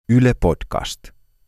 Yle Podcast.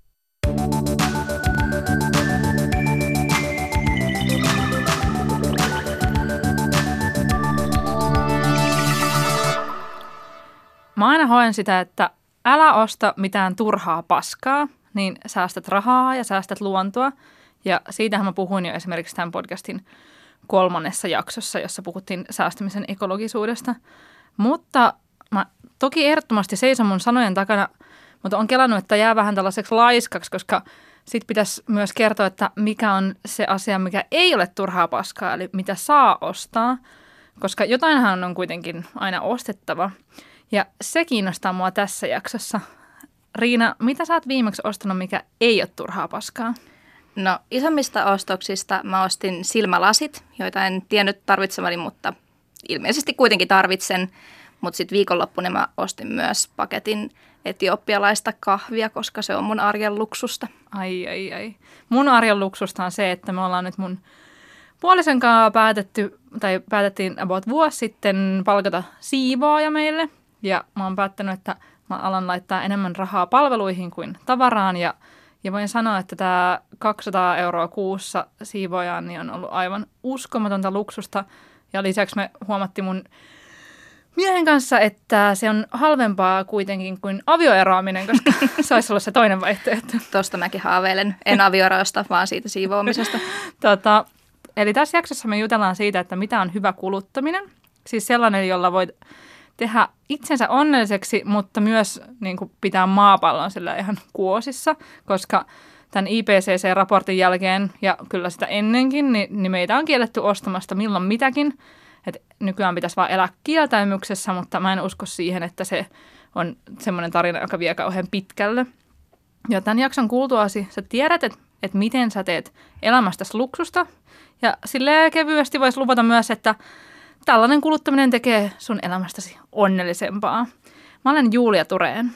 Mä aina hoen sitä, että älä osta mitään turhaa paskaa, niin säästät rahaa ja säästät luontoa. Ja siitähän mä puhuin jo esimerkiksi tämän podcastin 3. jaksossa, jossa puhuttiin säästämisen ekologisuudesta. Mutta mä toki ehdottomasti seison mun sanojen takana, mutta on kelannut, että jää vähän tällaiseksi laiskaksi, koska sit pitäisi myös kertoa, että mikä on se asia, mikä ei ole turhaa paskaa, eli mitä saa ostaa, koska jotainhan on kuitenkin aina ostettava. Ja se kiinnostaa mua tässä jaksossa. Riina, mitä sä oot viimeksi ostanut, mikä ei ole turhaa paskaa? No isommista ostoksista mä ostin silmälasit, joita en tiennyt tarvitsevani, mutta ilmeisesti kuitenkin tarvitsen. Mutta sitten viikonloppuna mä ostin myös paketin etiopialaista kahvia, koska se on mun arjen luksusta. Ai. Mun arjen luksusta on se, että me ollaan nyt mun puolison kanssa päätettiin about vuosi sitten palkata siivooja meille. Ja mä oon päättänyt, että mä alan laittaa enemmän rahaa palveluihin kuin tavaraan. Ja voin sanoa, että tämä 200 € kuussa siivoojaan niin on ollut aivan uskomatonta luksusta. Ja lisäksi me huomattiin mun miehen kanssa, että se on halvempaa kuitenkin kuin avioeroaminen, koska se olisi ollut se toinen vaihtoehto. Tuosta mäkin haaveilen. En avioerosta, vaan siitä siivoamisesta. Eli tässä jaksossa me jutellaan siitä, että mitä on hyvä kuluttaminen. Siis sellainen, jolla voi tehdä itsensä onnelliseksi, mutta myös niin kuin pitää maapallon sillä ihan kuosissa, koska tämän IPCC-raportin jälkeen ja kyllä sitä ennenkin, niin meitä on kielletty ostamasta milloin mitäkin. Et nykyään pitäisi vaan elää kieltäymyksessä, mutta mä en usko siihen, että se on semmoinen tarina, joka vie kauhean pitkälle. Ja tämän jakson kuultuasi sä tiedät, että miten sä teet elämästäsi luksusta. Ja silleen kevyesti voisi luvata myös, että tällainen kuluttaminen tekee sun elämästäsi onnellisempaa. Mä olen Julia Tureen.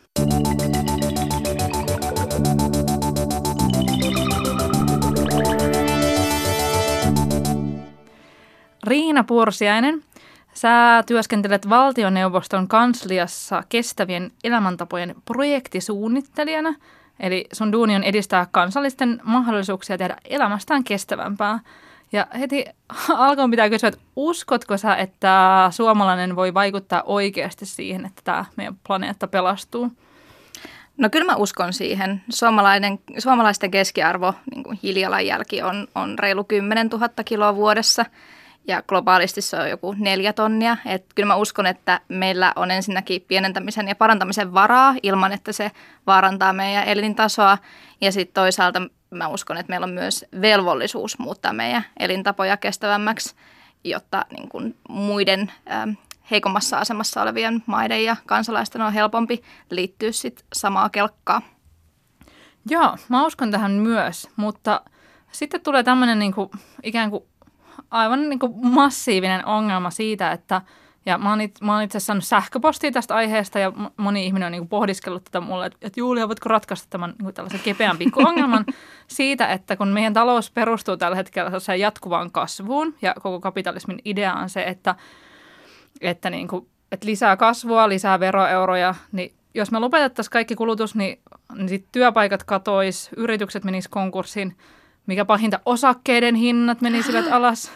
Riina Pursiainen, sä työskentelet valtioneuvoston kansliassa kestävien elämäntapojen projektisuunnittelijana. Eli sun duuni on edistää kansallisten mahdollisuuksia tehdä elämästään kestävämpää. Ja heti alkuun pitää kysyä, että uskotko sä, että suomalainen voi vaikuttaa oikeasti siihen, että tämä meidän planeetta pelastuu? No kyllä mä uskon siihen. Suomalaisten keskiarvo, niin kuin hiilijalanjälki, on reilu 10 000 kiloa vuodessa ja globaalisti se on joku 4 tonnia. Et kyllä mä uskon, että meillä on ensinnäkin pienentämisen ja parantamisen varaa ilman, että se vaarantaa meidän elintasoa ja sitten toisaalta mä uskon, että meillä on myös velvollisuus muuttaa meidän elintapoja kestävämmäksi, jotta niin kuin muiden heikommassa asemassa olevien maiden ja kansalaisten on helpompi liittyä sit samaa kelkkaa. Joo, mä uskon tähän myös, mutta sitten tulee tämmöinen niin kuin, ikään kuin aivan niin kuin massiivinen ongelma siitä, että ja mä oon itse asiassa saanut sähköpostia tästä aiheesta ja moni ihminen on niin kuin pohdiskellut tätä mulle, että Julia, voitko ratkaista tämän niin kuin tällaisen kepeän pikkuongelman siitä, että kun meidän talous perustuu tällä hetkellä jatkuvaan kasvuun ja koko kapitalismin idea on se, että lisää kasvua, lisää veroeuroja, niin jos me lopetettaisiin kaikki kulutus, niin sit työpaikat katois, yritykset menis konkurssiin, mikä pahinta, osakkeiden hinnat menisivät alas.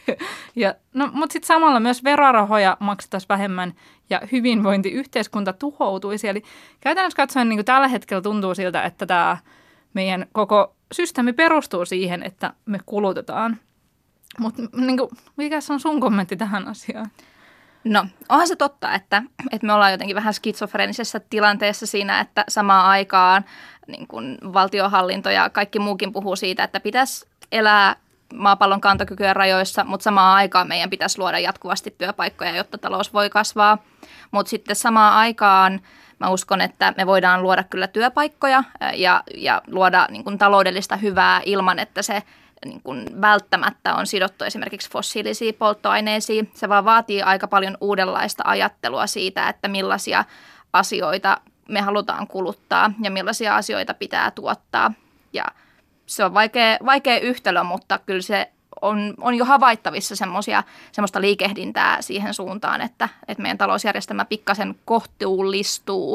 Mutta sitten samalla myös verorahoja maksettaisiin vähemmän ja hyvinvointiyhteiskunta tuhoutuisi. Eli käytännössä katsoen niin tällä hetkellä tuntuu siltä, että tämä meidän koko systeemi perustuu siihen, että me kulutetaan. Mutta niin mikä on sun kommentti tähän asiaan? No onhan se totta, että me ollaan jotenkin vähän skitsofrenisessa tilanteessa siinä, että samaan aikaan niin kun valtionhallinto ja kaikki muukin puhuu siitä, että pitäisi elää maapallon kantokykyjen rajoissa, mutta samaan aikaan meidän pitäisi luoda jatkuvasti työpaikkoja, jotta talous voi kasvaa. Mutta sitten samaan aikaan mä uskon, että me voidaan luoda kyllä työpaikkoja ja luoda niin kuin taloudellista hyvää ilman, että se niin kuin välttämättä on sidottu esimerkiksi fossiilisiin polttoaineisiin. Se vaan vaatii aika paljon uudenlaista ajattelua siitä, että millaisia asioita me halutaan kuluttaa ja millaisia asioita pitää tuottaa. Ja se on vaikea yhtälö, mutta kyllä se on jo havaittavissa semmoista liikehdintää siihen suuntaan, että meidän talousjärjestelmä pikkasen kohtuullistuu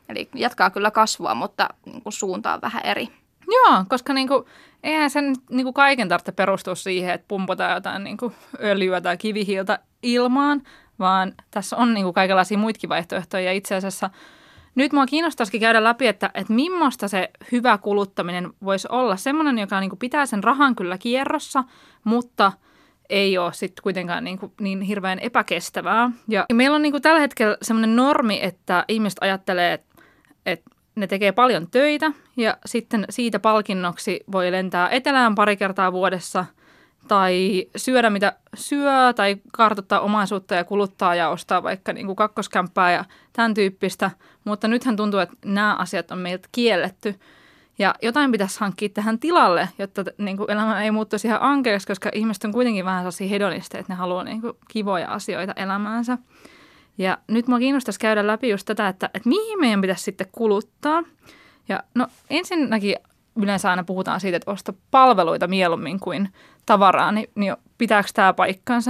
Eli jatkaa kyllä kasvua, mutta niin kuin suunta on vähän eri. Joo, koska niinku, eihän sen niinku kaiken tarvitse perustua siihen, että pumpataan jotain niinku öljyä tai kivihiiltä ilmaan, vaan tässä on niinku kaikenlaisia muitakin vaihtoehtoja. Ja itse asiassa nyt mua kiinnostaisikin käydä läpi, että millaista se hyvä kuluttaminen voisi olla. Semmoinen, joka niinku pitää sen rahan kyllä kierrossa, mutta ei ole sitten kuitenkaan niin hirveän epäkestävää. Ja meillä on niinku tällä hetkellä semmoinen normi, että ihmiset ajattelee, että ne tekee paljon töitä ja sitten siitä palkinnoksi voi lentää etelään pari kertaa vuodessa tai syödä mitä syö tai kartoittaa omaisuutta ja kuluttaa ja ostaa vaikka niin kuin kakkoskämppää ja tämän tyyppistä. Mutta nythän tuntuu, että nämä asiat on meiltä kielletty ja jotain pitäisi hankkia tähän tilalle, jotta niin kuin elämä ei muuttuisi ihan ankeaksi, koska ihmiset on kuitenkin vähän sellaisia hedonisteja, että ne haluaa niin kuin kivoja asioita elämäänsä. Ja nyt minua kiinnostaisi käydä läpi just tätä, että mihin meidän pitäisi sitten kuluttaa. Ja no ensinnäkin yleensä aina puhutaan siitä, että osta palveluita mieluummin kuin tavaraa, niin pitääkö tämä paikkansa?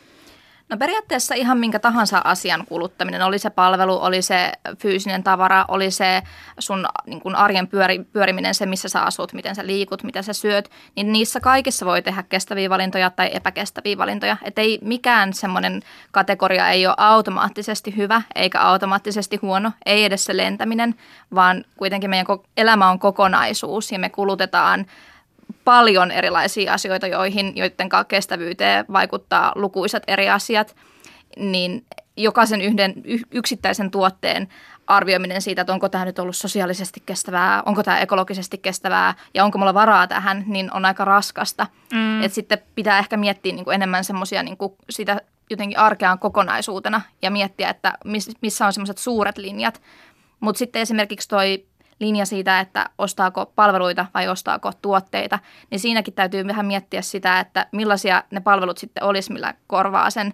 No periaatteessa ihan minkä tahansa asian kuluttaminen, oli se palvelu, oli se fyysinen tavara, oli se sun niin kuin arjen pyöriminen, se missä sä asut, miten sä liikut, mitä sä syöt, niin niissä kaikissa voi tehdä kestäviä valintoja tai epäkestäviä valintoja. Että ei mikään semmoinen kategoria ei ole automaattisesti hyvä eikä automaattisesti huono, ei edes se lentäminen, vaan kuitenkin meidän elämä on kokonaisuus ja me kulutetaan paljon erilaisia asioita, joiden kestävyyteen vaikuttaa lukuisat eri asiat, niin jokaisen yksittäisen tuotteen arvioiminen siitä, että onko tämä nyt ollut sosiaalisesti kestävää, onko tämä ekologisesti kestävää ja onko mulla varaa tähän, niin on aika raskasta. Et sitten pitää ehkä miettiä niin kuin enemmän semmoisia niin kuin sitä jotenkin arkeaan kokonaisuutena ja miettiä, että missä on semmoiset suuret linjat. Mutta sitten esimerkiksi toi linja siitä, että ostaako palveluita vai ostaako tuotteita, niin siinäkin täytyy vähän miettiä sitä, että millaisia ne palvelut sitten olisi, millä korvaa sen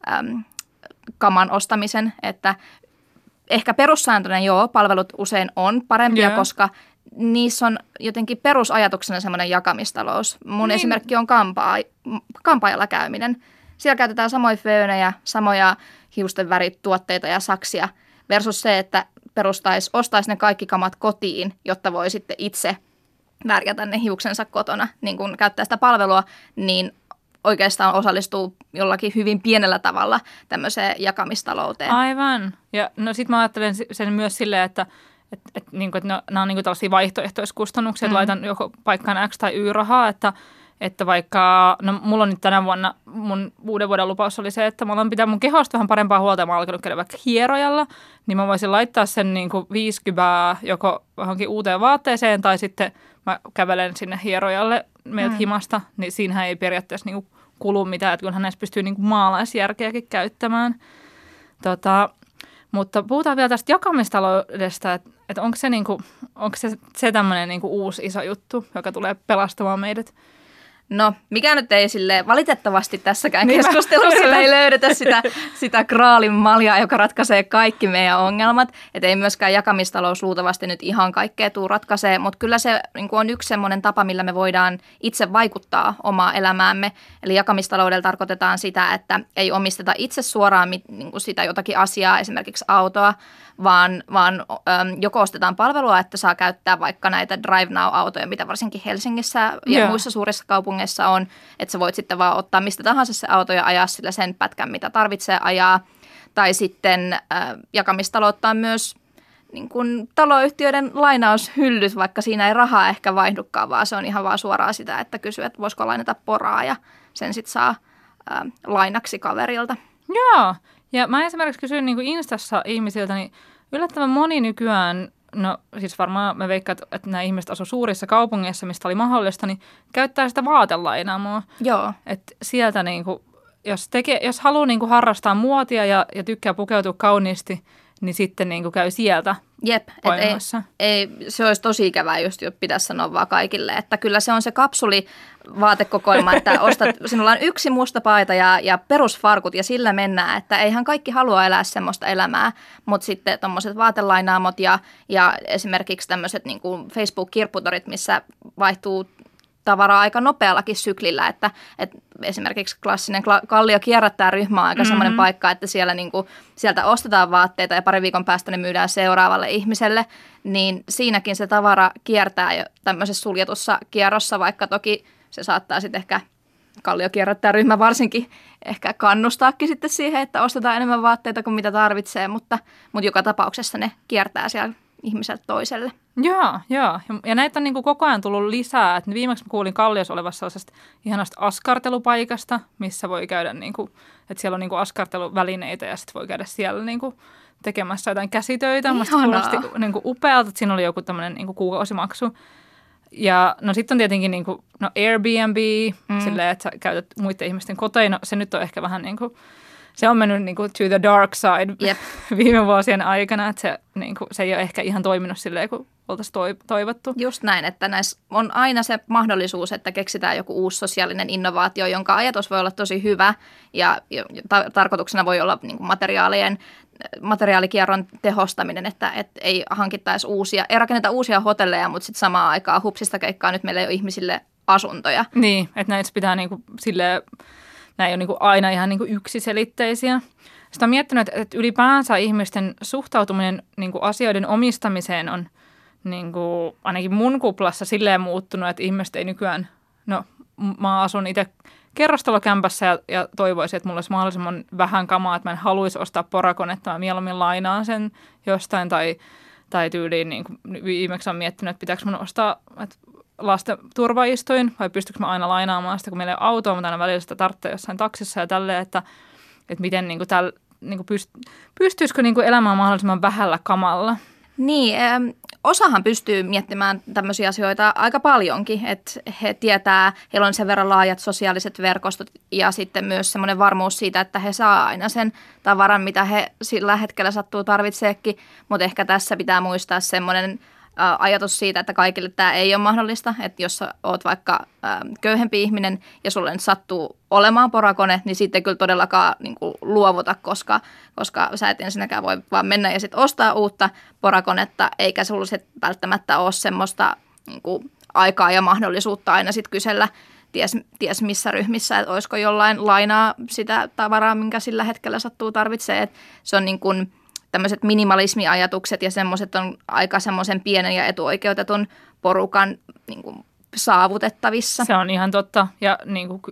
kaman ostamisen. Että ehkä perussääntönä palvelut usein on parempia, koska niissä on jotenkin perusajatuksena semmoinen jakamistalous. Mun esimerkki on kampaajalla käyminen. Siellä käytetään samoja föönejä, samoja hiusten värituotteita ja saksia versus se, että ostaisi ne kaikki kamat kotiin, jotta voi sitten itse värjätä ne hiuksensa kotona. Niin kun käyttää sitä palvelua, niin oikeastaan osallistuu jollakin hyvin pienellä tavalla tämmöiseen jakamistalouteen. Aivan. Ja no sit mä ajattelen sen myös silleen, että nämä on niin kuin tällaisia vaihtoehtoiskustannuksia, että laitan joko paikkaan X tai Y-rahaa, että vaikka, no mulla on nyt tänä vuonna, mun uuden vuoden lupaus oli se, että mä aloin pitää mun kehosta vähän parempaa huolta ja mä oon alkanut käydä vaikka hierojalla, niin mä voisin laittaa sen niin kuin 50 joko johonkin uuteen vaatteeseen tai sitten mä kävelen sinne hierojalle meiltä himasta, niin siinähän ei periaatteessa niin kuin kulu mitään, että kyllähän näissä pystyy niin kuin maalaisjärkeäkin käyttämään. Mutta puhutaan vielä tästä jakamistaloudesta, että onko se tämmöinen niin kuin uusi iso juttu, joka tulee pelastamaan meidät? No, mikä nyt ei silleen, valitettavasti tässäkään keskustelussa ei löydetä sitä graalin maljaa, joka ratkaisee kaikki meidän ongelmat. Että ei myöskään jakamistalous luultavasti nyt ihan kaikkea tuu ratkaisee, mutta kyllä se niin on yksi semmoinen tapa, millä me voidaan itse vaikuttaa omaa elämäämme. Eli jakamistaloudella tarkoitetaan sitä, että ei omisteta itse suoraan niin kuin sitä jotakin asiaa, esimerkiksi autoa, vaan joko ostetaan palvelua, että saa käyttää vaikka näitä Drive Now-autoja, mitä varsinkin Helsingissä ja muissa suurissa kaupungeissa on, että sä voit sitten vaan ottaa mistä tahansa se auto ja ajaa sillä sen pätkän, mitä tarvitsee ajaa. Tai sitten jakamistaloutta on myös niin kuin taloyhtiöiden lainaushyllyt, vaikka siinä ei rahaa ehkä vaihdukaan, vaan se on ihan vaan suoraan sitä, että kysyy, että voisiko lainata poraa ja sen sitten saa lainaksi kaverilta. Joo, ja mä esimerkiksi kysyin niin kuin Instassa ihmisiltä, niin yllättävän moni nykyään, no siis varmaan mä veikkaan, että nämä ihmiset asuu suurissa kaupungeissa, mistä oli mahdollista, niin käyttää sitä vaatelainaamoa. Joo. Että sieltä niin kuin, jos haluaa niin kuin harrastaa muotia ja tykkää pukeutua kauniisti, niin sitten niin kuin käy sieltä. Jep, ei, se olisi tosi ikävää, jos pitäisi sanoa vaan kaikille, että kyllä se on se kapsulivaatekokoelma, että sinulla on yksi musta paita ja perusfarkut ja sillä mennään, että eihän kaikki halua elää semmoista elämää, mutta sitten tuommoiset vaatelainaamot ja esimerkiksi tämmöiset niin kuin Facebook-kirpputorit, missä vaihtuu tavaraa aika nopeallakin syklillä, että esimerkiksi klassinen Kallio kierrättää ryhmä on aika semmoinen paikka, että siellä niin kuin, sieltä ostetaan vaatteita ja pari viikon päästä ne myydään seuraavalle ihmiselle, niin siinäkin se tavara kiertää jo tämmöisessä suljetussa kierrossa, vaikka toki se saattaa sitten ehkä Kallio kierrättää ryhmä varsinkin ehkä kannustaakin sitten siihen, että ostetaan enemmän vaatteita kuin mitä tarvitsee, mutta joka tapauksessa ne kiertää siellä ihmiseltä toiselle. Joo. Ja näitä on niin kuin koko ajan tullut lisää. Et viimeksi kuulin Kalliossa olevasta sellaisesta ihanasta askartelupaikasta, missä voi käydä, niin kuin, että siellä on niin kuin askarteluvälineitä ja sitten voi käydä siellä niin kuin tekemässä jotain käsitöitä. Musta kuulosti niin kuin upealta, että siinä oli joku tämmöinen niin kuin kuukausimaksu. Ja no sitten on tietenkin niin kuin, Airbnb, silleen, että sä käytät muiden ihmisten koteja. No se nyt on ehkä vähän niin kuin, se on mennyt niin kuin to the dark side viime vuosien aikana, että se ei ole ehkä ihan toiminut silleen, kun oltaisiin toivottu. Just näin, että näissä on aina se mahdollisuus, että keksitään joku uusi sosiaalinen innovaatio, jonka ajatus voi olla tosi hyvä ja tarkoituksena voi olla niin kuin materiaalikierron tehostaminen, että ei hankittaisi ei rakenneta uusia hotelleja, mutta sitten samaan aikaan hupsista keikkaa nyt meillä ei ole ihmisille asuntoja. Niin, että näitä pitää niin kuin silleen, nämä ei ole niin kuin aina ihan niin kuin yksiselitteisiä. Sitten olen miettinyt, että ylipäänsä ihmisten suhtautuminen niin kuin asioiden omistamiseen on niin kuin, ainakin mun kuplassa silleen muuttunut, että ihmiset ei nykyään, no mä asun itse kerrostalokämpässä ja toivoisin, että mulla olisi mahdollisimman vähän kamaa, että mä en haluaisi ostaa porakonetta, mä mieluummin lainaan sen jostain tai tyyliin niin kuin viimeksi olen miettinyt, että pitääkö mun ostaa lasten turvaistuin vai pystyykö mä aina lainaamaan sitä, kun meillä ei ole autoa, mutta aina välillä sitä tarvitsee jossain taksissa ja tälleen, että miten niin kuin pystyisikö niin kuin elämään mahdollisimman vähällä kamalla. Niin, osahan pystyy miettimään tämmöisiä asioita aika paljonkin, että he tietää, heillä on sen verran laajat sosiaaliset verkostot ja sitten myös semmoinen varmuus siitä, että he saa aina sen tavaran, mitä he sillä hetkellä sattuu tarvitseekin, mutta ehkä tässä pitää muistaa semmoinen ajatus siitä, että kaikille tämä ei ole mahdollista, että jos olet vaikka köyhempi ihminen ja sulle nyt sattuu olemaan porakone, niin sitten kyllä todellakaan niin kuin luovuta, koska sä et ensinnäkään voi vaan mennä ja sitten ostaa uutta porakonetta, eikä sulla sit välttämättä ole semmoista niin kuin aikaa ja mahdollisuutta aina sitten kysellä ties missä ryhmissä, että olisiko jollain lainaa sitä tavaraa, minkä sillä hetkellä sattuu tarvitsee, että se on niin kuin tämmöiset minimalismiajatukset ja semmoiset on aika semmoisen pienen ja etuoikeutetun porukan niin kuin saavutettavissa. Se on ihan totta. Ja niin kuin,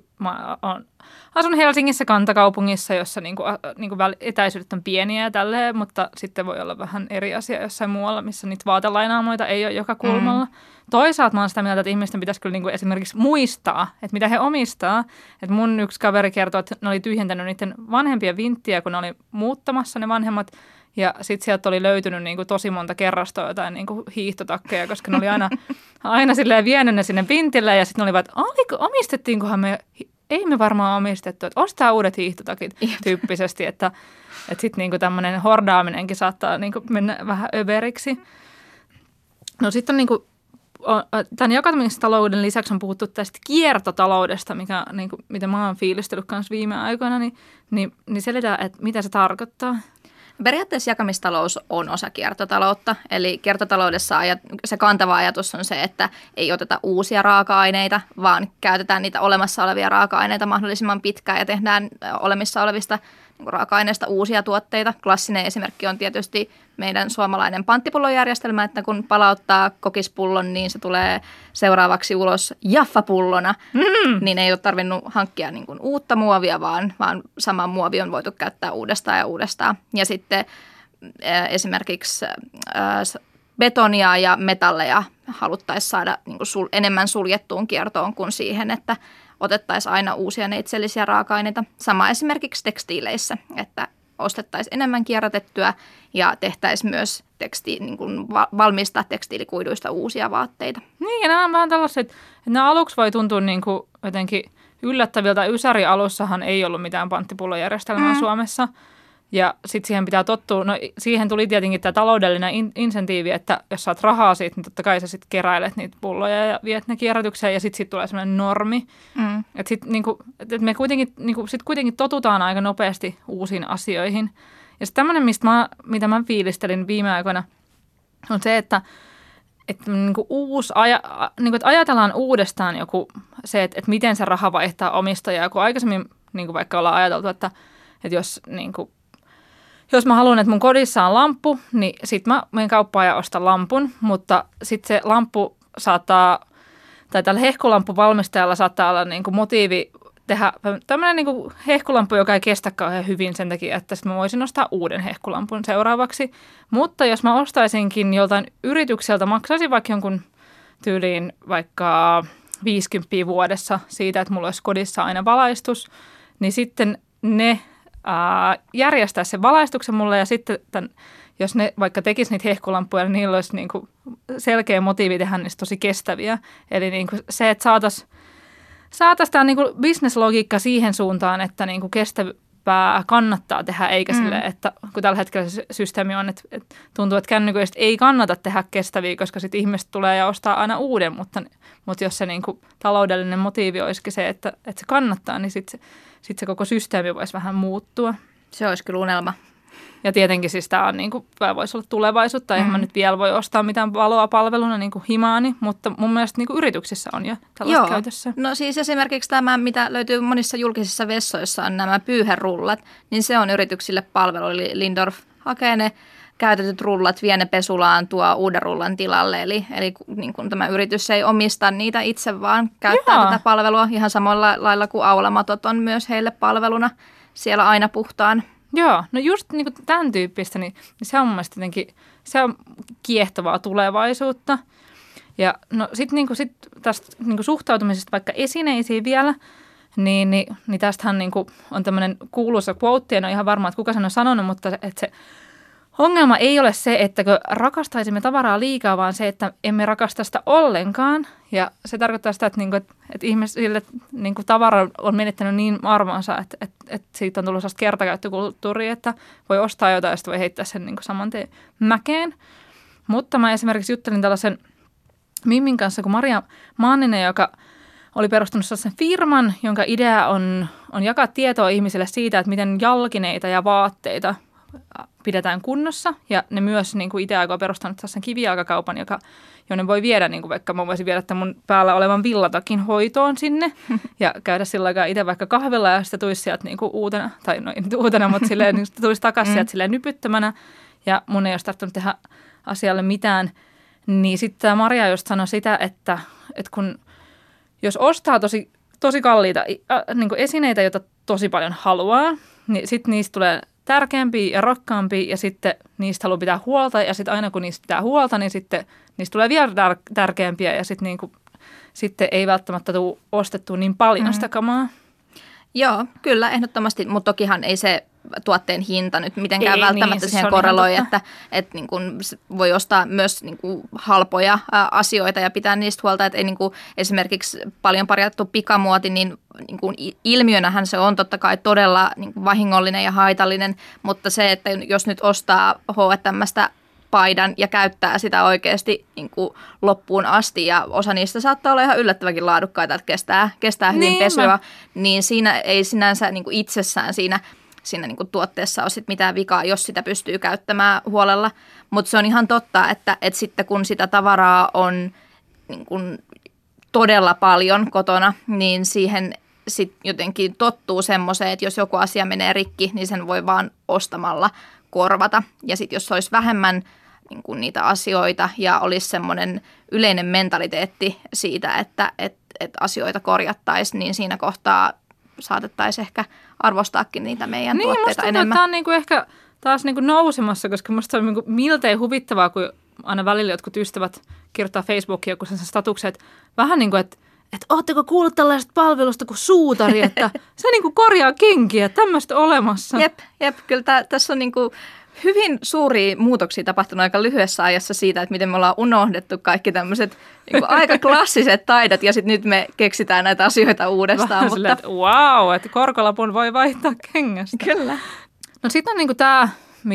asun Helsingissä kantakaupungissa, jossa niin kuin etäisyydet on pieniä ja tälleen, mutta sitten voi olla vähän eri asia jossain muualla, missä niitä vaatelainaamoita ei ole joka kulmalla. Toisaalta mä oon sitä mieltä, että ihmisten pitäisi kyllä niin kuin esimerkiksi muistaa, että mitä he omistaa. Että mun yksi kaveri kertoi, että ne oli tyhjentänyt niiden vanhempia vinttiä, kun ne oli muuttamassa ne vanhemmat. Ja sitten sieltä oli löytynyt niinku tosi monta kerrastoa jotain niinku hiihtotakkeja, koska ne oli aina silleen vienyt ne sinne vintille. Ja sitten ne olivat, että omistettiinkohan me, ei me varmaan omistettu, että ostaa uudet hiihtotakit tyyppisesti. Että sitten niinku tämmöinen hordaaminenkin saattaa niinku mennä vähän överiksi. No sitten on niinku, tämän jakautumisen talouden lisäksi on puhuttu tästä kiertotaloudesta, mikä, niinku, mitä mä oon fiilistellyt kanssa viime aikoina, niin selitään, että mitä se tarkoittaa. Periaatteessa jakamistalous on osa kiertotaloutta, eli kiertotaloudessa se kantava ajatus on se, että ei oteta uusia raaka-aineita, vaan käytetään niitä olemassa olevia raaka-aineita mahdollisimman pitkään ja tehdään olemassa olevista raaka-aineista uusia tuotteita. Klassinen esimerkki on tietysti meidän suomalainen panttipullojärjestelmä, että kun palauttaa kokispullon, niin se tulee seuraavaksi ulos jaffapullona, niin ei ole tarvinnut hankkia niin kuin uutta muovia, vaan sama muovi on voitu käyttää uudestaan ja uudestaan. Ja sitten esimerkiksi betonia ja metalleja haluttaisiin saada niin kuin enemmän suljettuun kiertoon kuin siihen, että otettaisiin aina uusia neitsellisiä raaka-aineita. Sama esimerkiksi tekstiileissä, että ostettaisiin enemmän kierrätettyä ja tehtäisiin myös niin kuin valmistaa tekstiilikuiduista uusia vaatteita. Niin, ja nämä on vähän tällaiset, että nämä aluksi voi tuntua niin kuin jotenkin yllättäviltä. Ysäri-alussahan ei ollut mitään panttipullojärjestelmää Suomessa. Ja sitten siihen pitää tottua. No siihen tuli tietenkin tämä taloudellinen insentiivi, että jos saat rahaa siitä, niin totta kai sä sitten keräilet niitä pulloja ja viet ne kierrätykseen ja sitten siitä tulee sellainen normi. Että niinku, et me kuitenkin, niinku, sit kuitenkin totutaan aika nopeasti uusiin asioihin. Ja sitten tämmöinen, mitä mä fiilistelin viime aikoina, on se, että että niin kuin niin kuin, että ajatellaan uudestaan joku se, että miten se raha vaihtaa omistajaa, kun aikaisemmin niin kuin vaikka ollaan ajateltu, että jos niin kuin, jos mä haluan, että mun kodissa on lamppu, niin sit mä menen kauppaan ja ostan lampun, mutta sitten se lamppu saattaa, tai tällä hehkulamppuvalmistajalla saattaa olla niin kuin motiivi tehdä tämmöinen niin kuin hehkulampu, joka ei kestä kauhean hyvin sen takia, että sitten mä voisin ostaa uuden hehkulampun seuraavaksi. Mutta jos mä ostaisinkin joltain yritykseltä, maksaisin vaikka jonkun tyyliin vaikka 50 vuodessa siitä, että mulla olisi kodissa aina valaistus, niin sitten ne järjestää sen valaistuksen mulle ja sitten jos ne vaikka tekisi niitä hehkulampuja, niin niillä olisi niin kuin selkeä motiivi tehdä niistä tosi kestäviä. Eli niin kuin se, että saataisiin tämä niin kuin bisneslogiikka siihen suuntaan, että niin kuin kestävää kannattaa tehdä, eikä silleen, että kun tällä hetkellä se systeemi on, että tuntuu, että kännyköistä ei kannata tehdä kestäviä, koska sitten ihmiset tulee ja ostaa aina uuden, mutta jos se niin kuin taloudellinen motiivi olisikin se, että se kannattaa, niin sitten se koko systeemi voisi vähän muuttua. Se olisi kyllä unelma. Ja tietenkin siis tämä on niin kuin, voisi olla tulevaisuutta. Eihän mä nyt vielä voi ostaa mitään valoa palveluna niin kuin himaani, mutta mun mielestä niin kuin yrityksissä on jo tällaista käytössä. No siis esimerkiksi tämä, mitä löytyy monissa julkisissa vessoissa, on nämä pyyherullat, niin se on yrityksille palvelu. Eli Lindorff hakee ne käytetyt rullat, vie ne pesulaan, tuo uuden rullan tilalle. Eli niin kuin tämä yritys ei omista niitä itse, vaan käyttää tätä palvelua ihan samalla lailla kuin aulamatot on myös heille palveluna siellä aina puhtaan. Joo, no just niin kuin tämän tyyppistä, niin se on mun mielestä jotenkin, se on kiehtovaa tulevaisuutta. Ja no sitten niin sit tästä niin suhtautumisesta vaikka esineisiin vielä, niin tästähän niin on tämmöinen kuuluisa quote, en ole ihan varma, että kuka sen on sanonut, mutta että se ongelma ei ole se, että rakastaisimme tavaraa liikaa, vaan se, että emme rakasta sitä ollenkaan. Ja se tarkoittaa sitä, että ihmisille tavara on menettänyt niin arvonsa, että siitä on tullut sellaista kertakäyttökulttuuria, että voi ostaa jotain ja sitten voi heittää sen saman tien mäkeen. Mutta mä esimerkiksi juttelin tällaisen Mimmin kanssa kuin Maria Manninen, joka oli perustanut sellaisen firman, jonka idea on jakaa tietoa ihmisille siitä, että miten jalkineita ja vaatteita pidetään kunnossa. Ja ne myös niin kuin itse aikaa perustanut sellaisen kivijalkakaupan, jonne voi viedä, niin kuin vaikka mä voisin viedä tämän mun päällä olevan villatakin hoitoon sinne ja käydä sillä aikaa itse vaikka kahvilla ja sitten tulisi sieltä niin kuin uutena, tai no ei nyt uutena, mutta silleen, niin tulisi takaisin sieltä silleen nypyttämänä ja mun ei olisi tarttunut tehdä asialle mitään. Niin sitten Maria just sanoi sitä, että kun jos ostaa tosi kalliita niin kuin esineitä, joita tosi paljon haluaa, niin sitten niistä tulee tärkeämpiä ja rakkaampia ja sitten niistä haluaa pitää huolta ja sitten aina kun niistä pitää huolta, niin sitten niistä tulee vielä tärkeämpiä ja sitten sitten ei välttämättä tule ostettua niin paljon sitä kamaa. Joo, kyllä ehdottomasti, mutta tokihan ei se tuotteen hinta nyt mitenkään välttämättä niin, siihen korreloi, että niin kuin voi ostaa myös niin kuin halpoja asioita ja pitää niistä huolta, että ei niin kuin esimerkiksi paljon parjattu pikamuoti, niin kuin ilmiönähän se on totta kai todella niin kuin vahingollinen ja haitallinen, mutta se, että jos nyt ostaa H&M:stä paidan ja käyttää sitä oikeasti niin kuin loppuun asti ja osa niistä saattaa olla ihan yllättävänkin laadukkaita, että kestää hyvin pesua, niin siinä ei sinänsä niin kuin itsessään siinä niin kuin tuotteessa ole sit mitään vikaa, jos sitä pystyy käyttämään huolella. Mutta se on ihan totta, että sitten kun sitä tavaraa on niin kuin todella paljon kotona, niin siihen sit jotenkin tottuu semmoiseen, että jos joku asia menee rikki, niin sen voi vaan ostamalla korvata. Ja sitten jos olisi vähemmän niin kuin niitä asioita ja olisi semmoinen yleinen mentaliteetti siitä, että asioita korjattaisiin, niin siinä kohtaa saatettaisiin ehkä arvostaakin niitä meidän tuotteita enemmän. Niin, tämä on niinku ehkä taas niinku nousemassa, koska musta on niinku miltei huvittavaa, kun aina välillä jotkut ystävät kirjoittaa Facebookiin joku sen statuksen, että vähän niin kuin, että ootteko kuullut tällaisesta palvelusta kuin suutari, että se niinku korjaa kenkiä, tämmöistä olemassa. Jep, kyllä tässä on niinku hyvin suuria muutoksia tapahtunut aika lyhyessä ajassa siitä, että miten me ollaan unohdettu kaikki tämmöiset niin aika klassiset taidot ja sitten nyt me keksitään näitä asioita uudestaan. Vähän silleen, että wow, että korkolapun voi vaihtaa kengästä. Kyllä. No sitten on niinku tämä,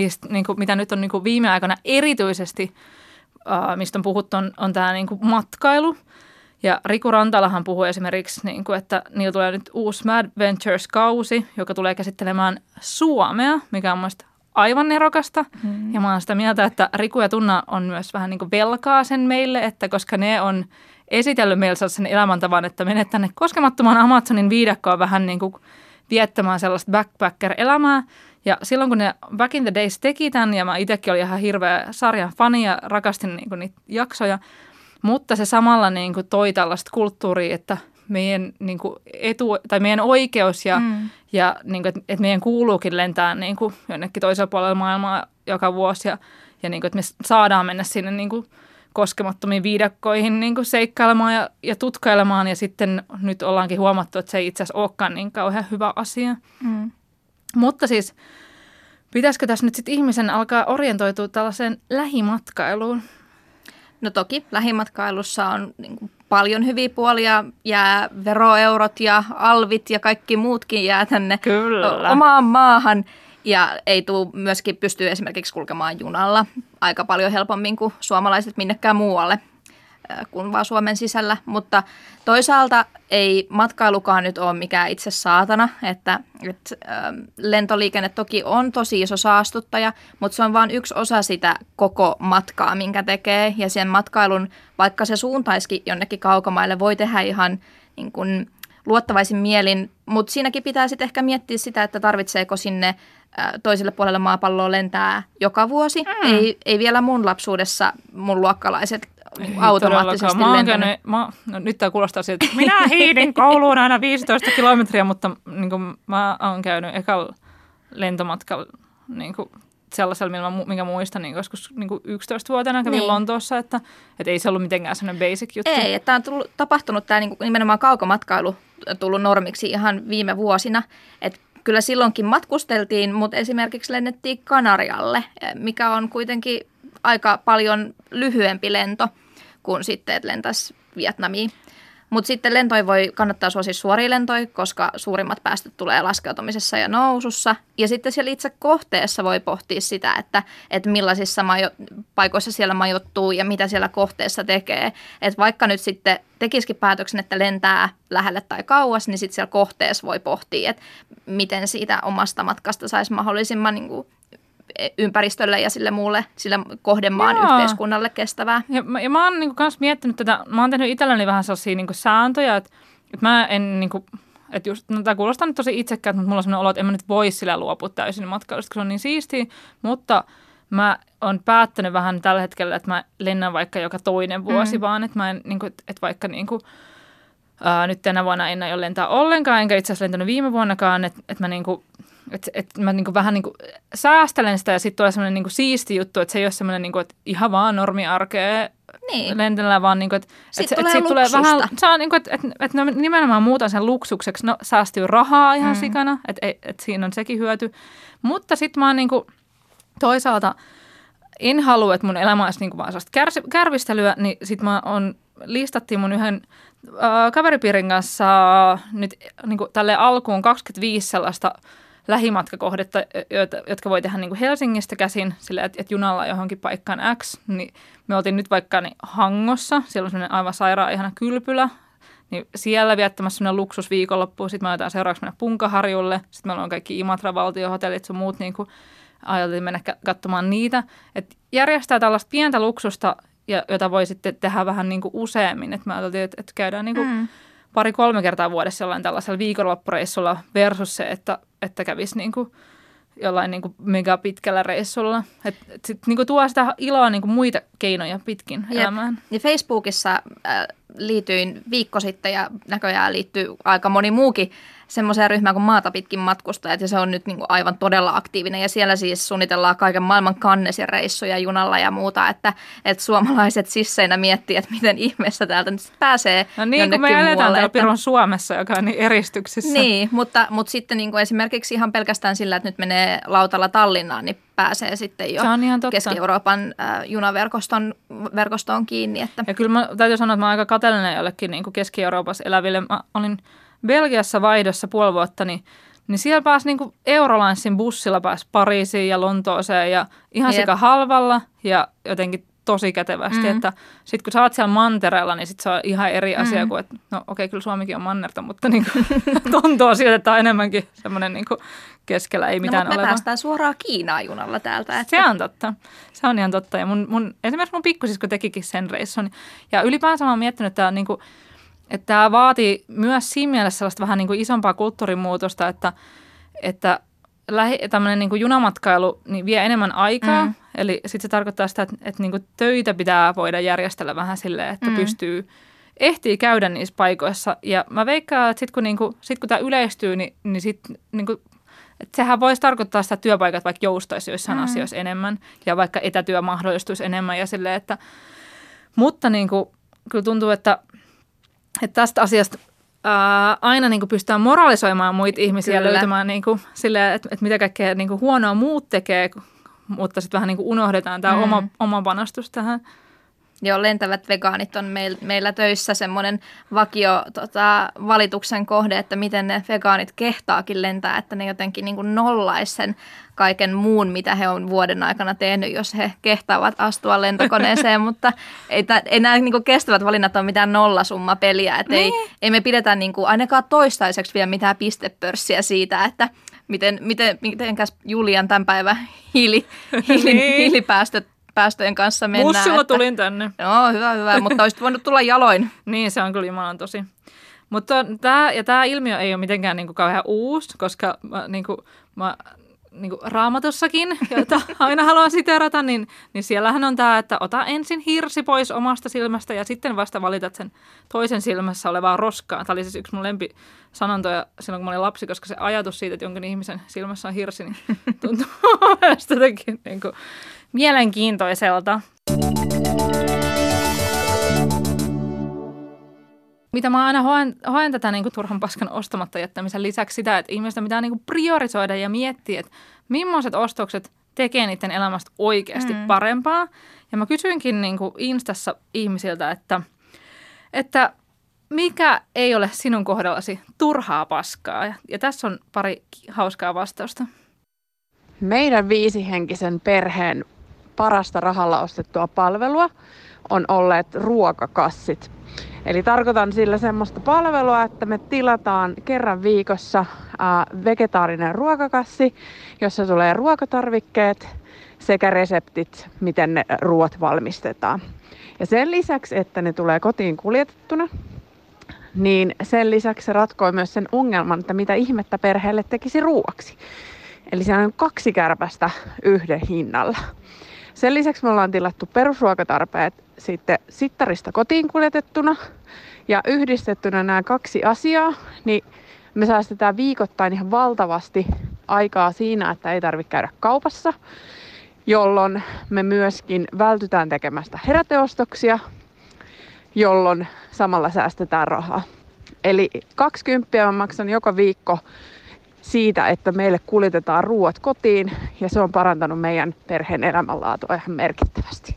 mitä nyt on niinku viime aikoina erityisesti, mistä on puhuttu, on tämä niinku matkailu. Ja Riku Rantalahan puhui esimerkiksi, että niillä tulee nyt uusi Mad Ventures-kausi, joka tulee käsittelemään Suomea, mikä on mielestäni aivan nerokasta. Ja mä oon sitä mieltä, että Riku ja Tunna on myös vähän niin kuin velkaa sen meille, että koska ne on esitellyt meille sellaisen elämäntavan, että menet tänne koskemattomaan Amazonin viidakkoon vähän niin kuin viettämään sellaista backpacker-elämää. Ja silloin kun ne Back in the Days teki tämän, ja mä itsekin olin ihan hirveä sarjan fani ja rakastin niin kuin niitä jaksoja, mutta se samalla niin kuin toi tällaista kulttuuria, että meidän niin kuin tai meidän oikeus ja niin kuin, että meidän kuuluukin lentää niin kuin jonnekin toisella puolella maailmaa joka vuosi ja niin kuin, että me saadaan mennä sinne niin kuin koskemattomiin viidakkoihin niin kuin seikkailemaan ja tutkailemaan ja sitten nyt ollaankin huomattu, että se ei itse asiassa olekaan niin kauhean hyvä asia. Mutta siis pitäisikö tässä nyt sitten ihmisen alkaa orientoitua tällaiseen lähimatkailuun? No toki lähimatkailussa on niin kuin paljon hyviä puolia, jää veroeurot ja alvit ja kaikki muutkin jää tänne omaan maahan. Ja ei tule myöskin pystyy esimerkiksi kulkemaan junalla aika paljon helpommin kuin suomalaiset minnekään muualle kuin vaan Suomen sisällä. Mutta toisaalta ei matkailukaan nyt ole mikään itse saatana, että lentoliikenne toki on tosi iso saastuttaja, mutta se on vain yksi osa sitä koko matkaa, minkä tekee. Ja sen matkailun, vaikka se suuntaisikin jonnekin kaukomaille, voi tehdä ihan niin kuin luottavaisin mielin, mutta siinäkin pitää sitten ehkä miettiä sitä, että tarvitseeko sinne toiselle puolelle maapalloa lentää joka vuosi. Ei vielä mun lapsuudessa mun luokkalaiset automaattisesti lentänyt. No, nyt tämä kuulostaa siltä, että minä hiidin kouluun aina 15 kilometriä, mutta niin kuin, mä oon käynyt ekalla lentomatkalla niin kuin sellaisella, minkä muistan niin joskus niin 11-vuotiaana kävin Lontoossa, että ei se ollut mitenkään sellainen basic juttu. Ei, että on tapahtunut tämä niin nimenomaan kaukomatkailu tullut normiksi ihan viime vuosina, että kyllä silloinkin matkusteltiin, mutta esimerkiksi lennettiin Kanarialle, mikä on kuitenkin aika paljon lyhyempi lento kuin sitten, että lentäisi Vietnamiin. Mutta sitten lentoja kannattaa suosia suoria lentoja, koska suurimmat päästöt tulee laskeutumisessa ja nousussa. Ja sitten siellä itse kohteessa voi pohtia sitä, että millaisissa paikoissa siellä majoittuu ja mitä siellä kohteessa tekee. Että vaikka nyt sitten tekisikin päätöksen, että lentää lähelle tai kauas, niin sitten siellä kohteessa voi pohtia, että miten siitä omasta matkasta saisi mahdollisimman niin kuin ympäristölle ja sille kohdemaan yhteiskunnalle kestävää. Ja mä oon niinku kans miettinyt tätä, mä oon tehnyt itselleni vähän sellaisia niinku sääntöjä, että mä en niinku, että just, no tämä kuulostaa nyt tosi itsekkäältä, mutta mulla on sellainen olo, että en mä nyt voi sillä luopua täysin matkailusta, kun se on niin siistiä, mutta mä oon päättänyt vähän tällä hetkellä, että mä lennän vaikka joka toinen vuosi vaan, että mä en niinku, että vaikka niinku, nyt tänä vuonna en aio lentää ollenkaan, enkä itse asiassa lentänyt viime vuonnakaan, että mä niinku, että mä niinku vähän niinku säästelen sitä ja sitten tulee semmoinen niinku siisti juttu, että se ei ole semmoinen, niinku, että ihan vaan normiarkea lentellä, vaan niinku, että siitä tulee vähän, se on niinku, että nimenomaan muutan sen luksukseksi, no säästyy rahaa ihan sikana, että siinä on sekin hyöty, mutta sitten mä oon niinku toisaalta en halua, että mun elämä olisi niinku vaan sellaista kärvistelyä, niin sitten listattiin mun yhden kaveripiirin kanssa nyt niinku tälleen alkuun 25 sellaista lähimatkakohdetta, jotka voi tehdä niin kuin Helsingistä käsin, sillä että junalla johonkin paikkaan X, niin me oltiin nyt vaikka Hangossa, siellä on sellainen aivan sairaan ihana kylpylä, niin siellä viettämässä sellainen luksusviikonloppu, sitten me aletaan seuraavaksi mennä Punkaharjulle, sitten meillä on kaikki Imatra-valtiohotellit sun muut, niin kuin ajateltiin mennä katsomaan niitä, että järjestää tällaista pientä luksusta, jota voi sitten tehdä vähän niin kuin useammin, että me ajateltiin, että käydään niin kuin 2-3 kertaa vuodessa jollain tällaisella viikonloppureissulla versus se, että kävisi niin kuin jollain niin kuin mega pitkällä reissulla. Että sitten niin kuin tuo sitä iloa niin kuin muita keinoja pitkin elämään. Ja Facebookissa liityin viikko sitten ja näköjään liittyy aika moni muukin semmoiseen ryhmään kuin Maata pitkin matkustajat ja se on nyt niin kuin aivan todella aktiivinen ja siellä siis suunnitellaan kaiken maailman kannesreissuja junalla ja muuta, että suomalaiset sisseinä miettii, että miten ihmeessä täältä nyt pääsee no niin, kun me eletään täällä pirun Suomessa, joka on niin eristyksissä. Niin, mutta sitten niin kuin esimerkiksi ihan pelkästään sillä, että nyt menee lautalla Tallinnaan, niin pääsee sitten jo Keski-Euroopan junaverkostoon kiinni. Että. Ja kyllä mä täytyy sanoa, että mä oon aika kateellinen jollekin niin kuin Keski-Euroopassa eläville. Mä olin Belgiassa vaihdossa puoli vuotta, niin siellä pääsi niin kuin Eurolinesin bussilla pääsi Pariisiin ja Lontooseen ja ihan sika halvalla ja jotenkin tosi kätevästi, että sit kun sä oot siellä mantereella, niin sit se on ihan eri asia kuin, että no okei, kyllä Suomikin on mannerta, mutta niin kuin, tuntuu siltä, että on enemmänkin semmoinen niin kuin keskellä ei mitään oleva. No, me päästään suoraan Kiinaan junalla täältä. Että... Se on totta. Se on ihan totta. Ja esimerkiksi mun pikkusisko tekikin sen reissun. Ja ylipäänsä mä oon miettinyt, että tämä vaatii myös siinä mielessä sellaista vähän niin kuin isompaa kulttuurimuutosta, että tämmöinen niin kuin junamatkailu niin vie enemmän aikaa. Eli sitten se tarkoittaa sitä, että niin kuin töitä pitää voida järjestellä vähän silleen, että ehtii käydä niissä paikoissa. Ja mä veikkaan, että sitten kun tämä yleistyy, niin sitten niin kuin, että sehän voisi tarkoittaa sitä, että työpaikat vaikka joustaisi joissain asioissa enemmän ja vaikka etätyö mahdollistuisi enemmän ja silleen, että mutta niin kuin, kyllä tuntuu, että tästä asiasta aina niin kuin pystytään moralisoimaan muita ihmisiä ja löytämään niin kuin, silleen, että mitä kaikkea niin kuin huonoa muut tekee, mutta sitten vähän niin kuin unohdetaan tämä oma panostus tähän. Joo, lentävät vegaanit on meillä töissä semmoinen vakio valituksen kohde, että miten ne vegaanit kehtaakin lentää, että ne jotenkin niin kuin nollaisi sen kaiken muun, mitä he on vuoden aikana tehnyt, jos he kehtaavat astua lentokoneeseen, mutta ei nämä niin kuin kestävät valinnat ole mitään nollasummapeliä, että ei me pidetä niin kuin ainakaan toistaiseksi vielä mitään pistepörssiä siitä, että mitenkäs Julian tämän päivän hiilipäästöjen kanssa mennään. Bussilla tulin tänne. Joo, hyvä, mutta olisit voinut tulla jaloin. Niin, se on kyllä jumalan tosi. Mutta tämä ilmiö ei ole mitenkään niinku kauhean uusi, koska mä Raamatussakin, jota aina haluan siteerata, niin siellähän on tämä, että ota ensin hirsi pois omasta silmästä ja sitten vasta valitat sen toisen silmässä olevaa roskaa. Tämä oli siis yksi mun lempisanontoja silloin, kun mä olin lapsi, koska se ajatus siitä, että jonkun ihmisen silmässä on hirsi, niin tuntuu myös jotenkin niin kuin mielenkiintoiselta. Mitä mä aina hoen tätä niin kuin turhan paskan ostamatta jättämisen lisäksi sitä, että ihmisten pitää niin kuin priorisoida ja miettiä, että millaiset ostokset tekee niiden elämästä oikeasti parempaa. Ja mä kysyinkin niin kuin Instassa ihmisiltä, että mikä ei ole sinun kohdallasi turhaa paskaa? Ja tässä on pari hauskaa vastausta. Meidän 5-henkisen perheen parasta rahalla ostettua palvelua on olleet ruokakassit. Eli tarkoitan sillä semmoista palvelua, että me tilataan kerran viikossa vegetaarinen ruokakassi, jossa tulee ruokatarvikkeet sekä reseptit, miten ne ruoat valmistetaan. Ja sen lisäksi, että ne tulee kotiin kuljetettuna, niin sen lisäksi se ratkoi myös sen ongelman, että mitä ihmettä perheelle tekisi ruuaksi. Eli se on 2 kärpästä yhden hinnalla. Sen lisäksi me ollaan tilattu perusruokatarpeet sitten sittarista kotiin kuljetettuna ja yhdistettynä nämä 2 asiaa, niin me säästetään viikoittain ihan valtavasti aikaa siinä, että ei tarvitse käydä kaupassa, jolloin me myöskin vältytään tekemästä heräteostoksia, jolloin samalla säästetään rahaa. Eli 20 mä maksan joka viikko siitä, että meille kuljetetaan ruoat kotiin ja se on parantanut meidän perheen elämänlaatua ihan merkittävästi.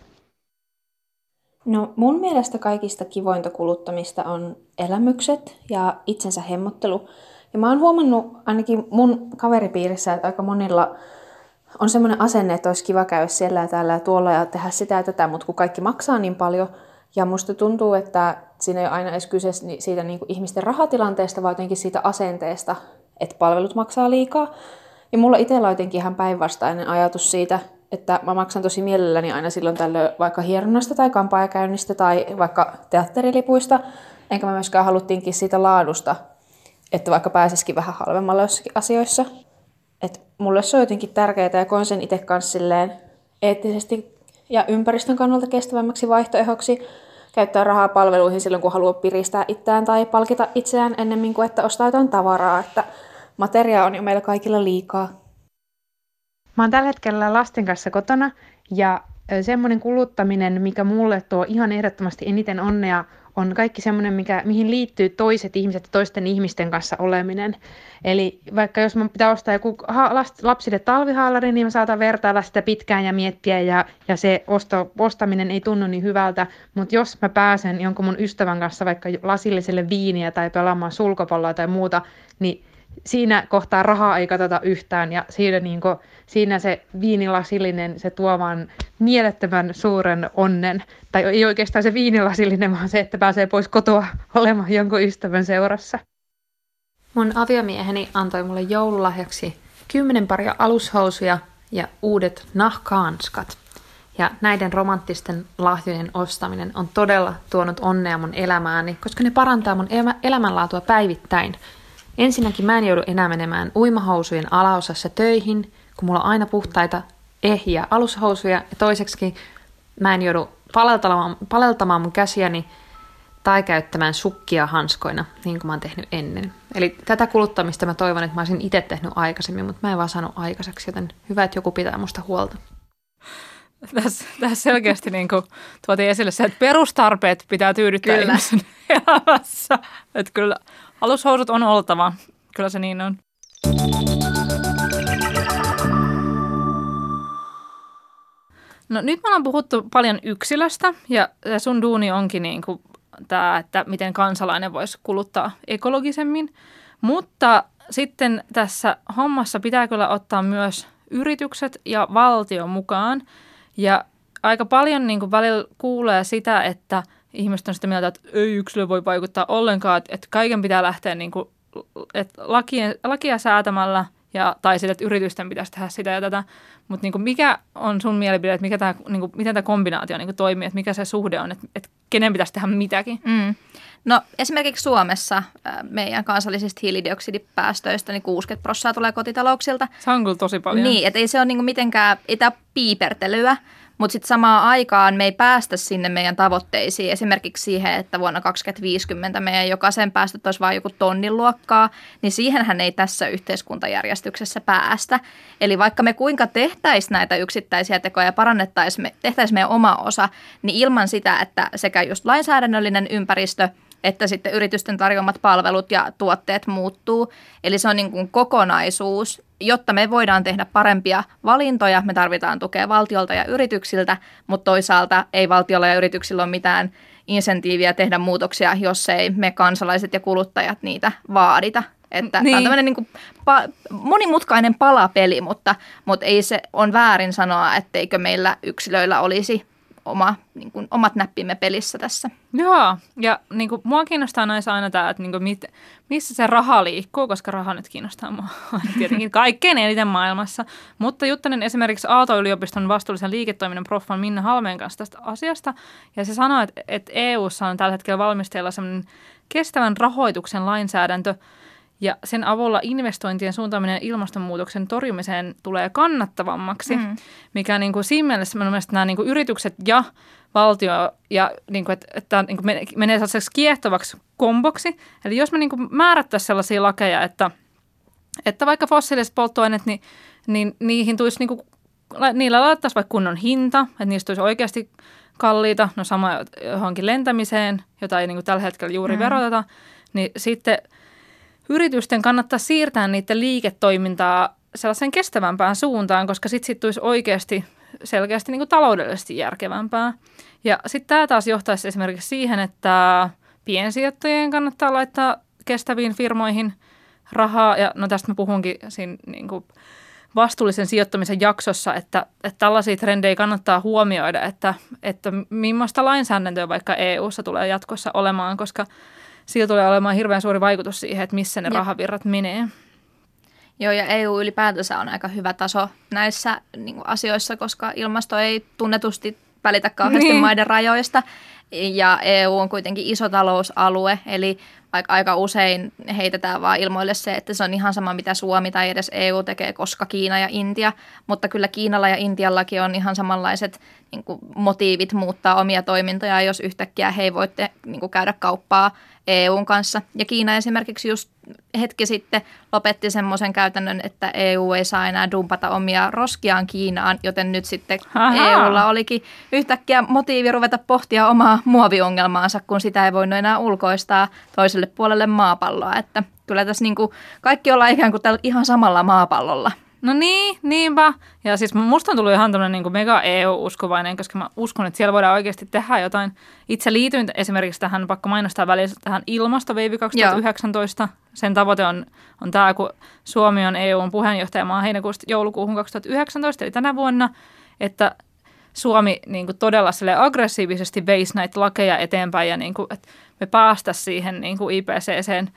No mun mielestä kaikista kivointa kuluttamista on elämykset ja itsensä hemmottelu. Ja mä oon huomannut ainakin mun kaveripiirissä, että aika monilla on semmoinen asenne, että olisi kiva käydä siellä ja täällä ja tuolla ja tehdä sitä ja tätä, mutta kun kaikki maksaa niin paljon. Ja musta tuntuu, että siinä ei ole aina edes kyse siitä niin kuin ihmisten rahatilanteesta, vaan jotenkin siitä asenteesta, että palvelut maksaa liikaa. Ja mulla itsellä on jotenkin ihan päinvastainen ajatus siitä, että mä maksan tosi mielelläni aina silloin tällöin vaikka hieronnasta tai kampaajakäynnistä tai vaikka teatterilipuista. Enkä mä myöskään haluttiinkin siitä laadusta, että vaikka pääsisikin vähän halvemmalla jossakin asioissa. Et mulle se on jotenkin tärkeää ja koen sen itse kanssa silleen eettisesti ja ympäristön kannalta kestävämmäksi vaihtoehdoksi käyttää rahaa palveluihin silloin, kun haluaa piristää itseään tai palkita itseään ennemmin kuin että ostaa jotain tavaraa. Että materiaa on jo meillä kaikilla liikaa. Mä oon tällä hetkellä lasten kanssa kotona ja semmoinen kuluttaminen, mikä mulle tuo ihan ehdottomasti eniten onnea, on kaikki semmoinen, mihin liittyy toiset ihmiset ja toisten ihmisten kanssa oleminen. Eli vaikka jos mun pitää ostaa joku lapsille talvihaalari, niin mä saatan vertailla sitä pitkään ja miettiä ja se ostaminen ei tunnu niin hyvältä. Mutta jos mä pääsen jonkun mun ystävän kanssa vaikka lasilliselle viiniä tai pelaamaan sulkapalloa tai muuta, niin siinä kohtaa rahaa ei katsota yhtään ja siinä se viinilasillinen, se tuo vaan mielettömän suuren onnen. Tai ei oikeastaan se viinilasillinen, vaan se, että pääsee pois kotoa olemaan jonkun ystävän seurassa. Mun aviomieheni antoi mulle joululahjaksi 10 paria alushousuja ja uudet nahkahanskat. Ja näiden romanttisten lahjojen ostaminen on todella tuonut onnea mun elämääni, koska ne parantaa mun elämänlaatua päivittäin. Ensinnäkin mä en joudu enää menemään uimahousujen alaosassa töihin, kun mulla on aina puhtaita, ehjiä alushousuja. Ja toiseksi mä en joudu paleltamaan mun käsiäni tai käyttämään sukkia hanskoina, niin kuin mä oon tehnyt ennen. Eli tätä kuluttamista mä toivon, että mä olisin itse tehnyt aikaisemmin, mutta mä en vaan saanut aikaiseksi, joten hyvä, että joku pitää musta huolta. Tässä selkeästi niin kuin tuotiin esille se, että perustarpeet pitää tyydyttää ihmisen elämässä. Että kyllä alushousut on oltava. Kyllä se niin on. No nyt me ollaan puhuttu paljon yksilöstä ja sun duuni onkin niin kuin tämä, että miten kansalainen voisi kuluttaa ekologisemmin. Mutta sitten tässä hommassa pitää kyllä ottaa myös yritykset ja valtio mukaan. Ja aika paljon niin kuin välillä kuulee sitä, että ihmiset on sitä mieltä, että ei yksilö voi vaikuttaa ollenkaan, että kaiken pitää lähteä niin kuin, että lakia säätämällä tai sitten, että yritysten pitäisi tehdä sitä ja tätä. Mutta niin kuin mikä on sun mielipide, että miten tämä kombinaatio niin kuin toimii, että mikä se suhde on, että kenen pitäisi tehdä mitäkin? No esimerkiksi Suomessa meidän kansallisista hiilidioksidipäästöistä niin 60% tulee kotitalouksilta. Se on kyllä tosi paljon. Niin, että ei se ole niin kuin mitenkään piipertelyä, mutta sitten samaan aikaan me ei päästä sinne meidän tavoitteisiin. Esimerkiksi siihen, että vuonna 2050 meidän jokaisen päästöt olisi vain joku tonnin luokkaa, niin siihenhän ei tässä yhteiskuntajärjestyksessä päästä. Eli vaikka me kuinka tehtäisiin näitä yksittäisiä tekoja ja tehtäisiin meidän oma osa, niin ilman sitä, että sekä just lainsäädännöllinen ympäristö, että sitten yritysten tarjoamat palvelut ja tuotteet muuttuu. Eli se on niin kuin kokonaisuus. Jotta me voidaan tehdä parempia valintoja, me tarvitaan tukea valtiolta ja yrityksiltä, mutta toisaalta ei valtiolla ja yrityksillä ole mitään insentiiviä tehdä muutoksia, jos ei me kansalaiset ja kuluttajat niitä vaadita. Että niin. Tämä on tämmöinen niin kuin monimutkainen palapeli, mutta ei se on väärin sanoa, etteikö meillä yksilöillä olisi omat näppimme pelissä tässä. Joo, ja niin kuin, mua kiinnostaa näissä aina tämä, että niin kuin, missä se raha liikkuu, koska raha nyt kiinnostaa mua tietenkin kaikkein eniten maailmassa. Mutta juttelen esimerkiksi Aalto-yliopiston vastuullisen liiketoiminnan proffan Minna Halmeen kanssa tästä asiasta. Ja se sanoo, että EU:ssa on tällä hetkellä valmisteilla sellainen kestävän rahoituksen lainsäädäntö, ja sen avulla investointien suuntaaminen ilmastonmuutoksen torjumiseen tulee kannattavammaksi, mikä niin kuin siinä mielessä mielestäni nämä niin kuin yritykset ja valtio, ja niin kuin, että niin kuin menee sellaiseksi kiehtovaksi komboksi. Eli jos me niin kuin määrättäisiin sellaisia lakeja, että vaikka fossiiliset polttoaineet, niin niihin tulisi, niin kuin, niillä laitettaisiin vaikka kunnon hinta, että niistä tulisi oikeasti kalliita, no sama johonkin lentämiseen, jota ei niin kuin tällä hetkellä juuri veroteta, niin sitten yritysten kannattaa siirtää niiden liiketoimintaa sellaisen kestävämpään suuntaan, koska sitten tulisi oikeasti selkeästi niin kuin taloudellisesti järkevämpää. Ja sitten tämä taas johtaisi esimerkiksi siihen, että piensijoittajien kannattaa laittaa kestäviin firmoihin rahaa. Ja no tästä mä puhunkin siinä niin kuin vastuullisen sijoittamisen jaksossa, että tällaisia trendejä kannattaa huomioida, että millaista lainsäädäntöä vaikka EU:ssa tulee jatkossa olemaan, koska sillä tulee olemaan hirveän suuri vaikutus siihen, että missä ne rahavirrat menee. Joo, ja EU ylipäätänsä on aika hyvä taso näissä niin kuin asioissa, koska ilmasto ei tunnetusti välitä kauheasti maiden rajoista. Ja EU on kuitenkin iso talousalue, eli aika usein heitetään vaan ilmoille se, että se on ihan sama, mitä Suomi tai edes EU tekee, koska Kiina ja Intia. Mutta kyllä Kiinalla ja Intiallakin on ihan samanlaiset niin kuin motiivit muuttaa omia toimintoja, jos yhtäkkiä he ei voi niin kuin käydä kauppaa EUn kanssa. Ja Kiina esimerkiksi just hetki sitten lopetti semmoisen käytännön, että EU ei saa enää dumpata omia roskiaan Kiinaan, joten nyt sitten EUlla olikin yhtäkkiä motiivi ruveta pohtia omaa muoviongelmaansa, kun sitä ei voinut enää ulkoistaa toiselle puolelle maapalloa. Että kyllä tässä niin kuin kaikki ollaan ikään kuin tällä ihan samalla maapallolla. No niin, niinpä. Ja siis musta on tullut ihan tämmöinen niin kuin mega EU-uskovainen, koska mä uskon, että siellä voidaan oikeasti tehdä jotain. Itse liityin esimerkiksi tähän, pakko mainostaa välissä, tähän ilmastoveivi 2019. Joo. Sen tavoite on tämä, kun Suomi on EUn puheenjohtajamaa heinäkuusta joulukuuhun 2019, eli tänä vuonna, että Suomi niin kuin todella aggressiivisesti veisi näitä lakeja eteenpäin ja niin kuin, että me päästäisiin siihen niin kuin IPCC:n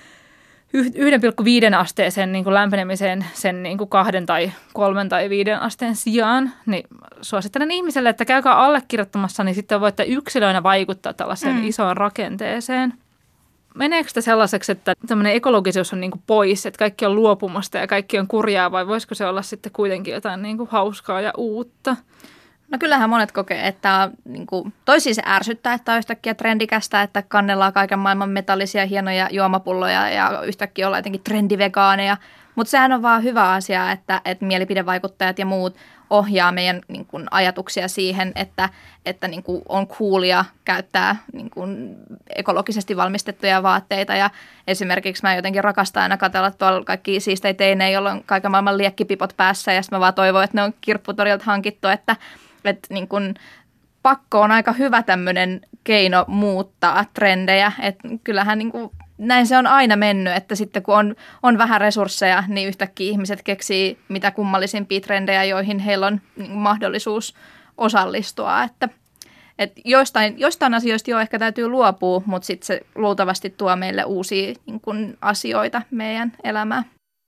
1,5 asteeseen niin kuin lämpenemiseen sen niin kuin 2 tai 3 tai 5 asteen sijaan, niin suosittelen ihmiselle, että käykää allekirjoittamassa, niin sitten voitte yksilöinä vaikuttaa tällaiseen isoon rakenteeseen. Meneekö sitä sellaiseksi, että tämmöinen ekologisuus on niin kuin pois, että kaikki on luopumasta ja kaikki on kurjaa, vai voisiko se olla sitten kuitenkin jotain niin kuin hauskaa ja uutta? No kyllähän monet kokee, että niin kuin, toisiin se ärsyttää, että on yhtäkkiä trendikästä, että kannellaan kaiken maailman metallisia hienoja juomapulloja ja yhtäkkiä ollaan jotenkin trendivegaaneja. Mutta sehän on vaan hyvä asia, että mielipidevaikuttajat ja muut ohjaa meidän niin kuin, ajatuksia siihen, että niin kuin, on coolia käyttää niin kuin, ekologisesti valmistettuja vaatteita. Ja esimerkiksi mä jotenkin rakastan aina katsella tuolla kaikki siistejä teinejä, joilla on kaiken maailman liekkipipot päässä. Ja sitten mä vaan toivon, että ne on kirpputorilta hankittu, että niin kun, pakko on aika hyvä tämmöinen keino muuttaa trendejä, että kyllähän niin kun, näin se on aina mennyt, että sitten kun on vähän resursseja, niin yhtäkkiä ihmiset keksii mitä kummallisimpia trendejä, joihin heillä on niin kun, mahdollisuus osallistua, että joistain asioista jo ehkä täytyy luopua, mutta sitten se luultavasti tuo meille uusia niin kun, asioita meidän elämään.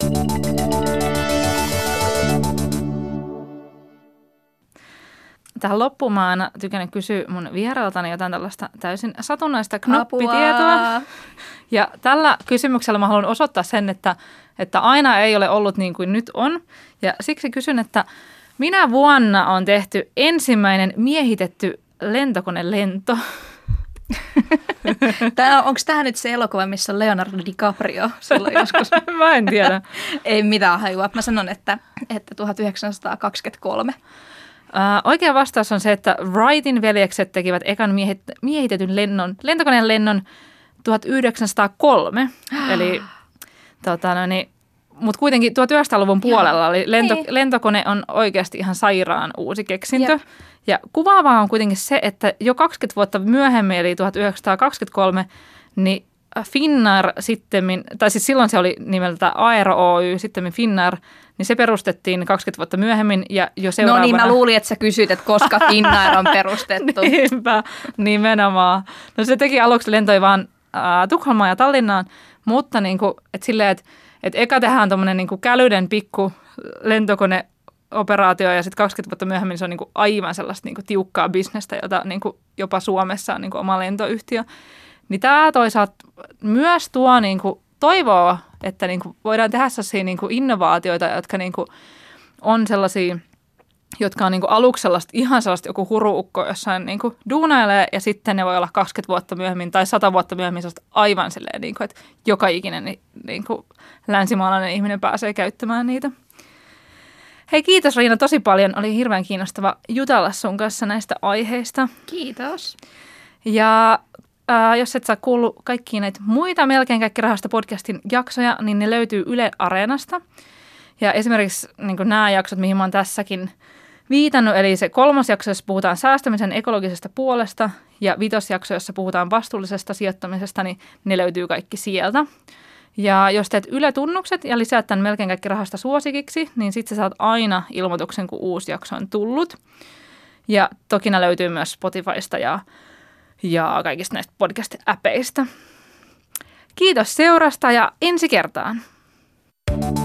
Tähän loppuun mä aina tykännyt kysyä mun vierailtani jotain tällaista täysin satunnaista knoppitietoa. Ja tällä kysymyksellä mä haluan osoittaa sen, että aina ei ole ollut niin kuin nyt on. Ja siksi kysyn, että minä vuonna on tehty ensimmäinen miehitetty lentokonelento? Onko tämä nyt se elokuva, missä on Leonardo DiCaprio silloin joskus? Mä en tiedä. Ei mitään hajua. Mä sanon, että 1923. Oikea vastaus on se, että Wrightin veljekset tekivät ekan miehitetyn lentokoneen lennon 1903. Eli mutta kuitenkin 1900-luvun puolella oli lentokone on oikeasti ihan sairaan uusi keksintö. Jep. Ja kuvaavaa on kuitenkin se, että jo 20 vuotta myöhemmin, eli 1923, niin Finnair sittemmin, tai siis silloin se oli nimeltä Aero Oy, sittemmin Finnair, niin se perustettiin 20 vuotta myöhemmin ja jo seuraavana... No niin, mä luulin, että sä kysyt, että koska Finnair on perustettu. Niinpä, nimenomaan. No se teki aluksi lentoja vaan Tukholmaan ja Tallinnaan, mutta niin kuin, että silleen, että eka tehdään tommoinen niin kuin kälyden pikku lentokoneoperaatio ja sitten 20 vuotta myöhemmin se on niin kuin aivan sellaista niin kuin tiukkaa bisnestä, jota niin kuin jopa Suomessa on niin kuin oma lentoyhtiö. Niin tämä toisaalta myös tuo niin kuin toivoa, että niin kuin voidaan tehdä sellaisia niin kuin innovaatioita, jotka niin kuin on sellaisia, jotka on niin kuin aluksi ihan sellaista joku huruukko jossain niin kuin duunailee ja sitten ne voi olla 20 vuotta myöhemmin tai 100 vuotta myöhemmin sellaista aivan silleen, niin kuin, että joka ikinen niin kuin länsimaalainen ihminen pääsee käyttämään niitä. Hei, kiitos Riina tosi paljon. Oli hirveän kiinnostava jutella sun kanssa näistä aiheista. Kiitos. Ja jos et saa kuullut kaikkia näitä muita Melkein kaikki rahasta podcastin jaksoja, niin ne löytyy Yle Areenasta. Ja esimerkiksi niin kuin nämä jaksot, mihin mä oon tässäkin viitannut, eli se 3. jakso, jossa puhutaan säästämisen ekologisesta puolesta, ja 5. jakso, jossa puhutaan vastuullisesta sijoittamisesta, niin ne löytyy kaikki sieltä. Ja jos teet Yle-tunnukset ja lisäät tämän Melkein kaikki rahasta suosikiksi, niin sitten sä saat aina ilmoituksen, kun uusi jakso on tullut. Ja toki ne löytyy myös Spotifysta ja kaikista näistä podcast-äpeistä. Kiitos seurasta ja ensi kertaan.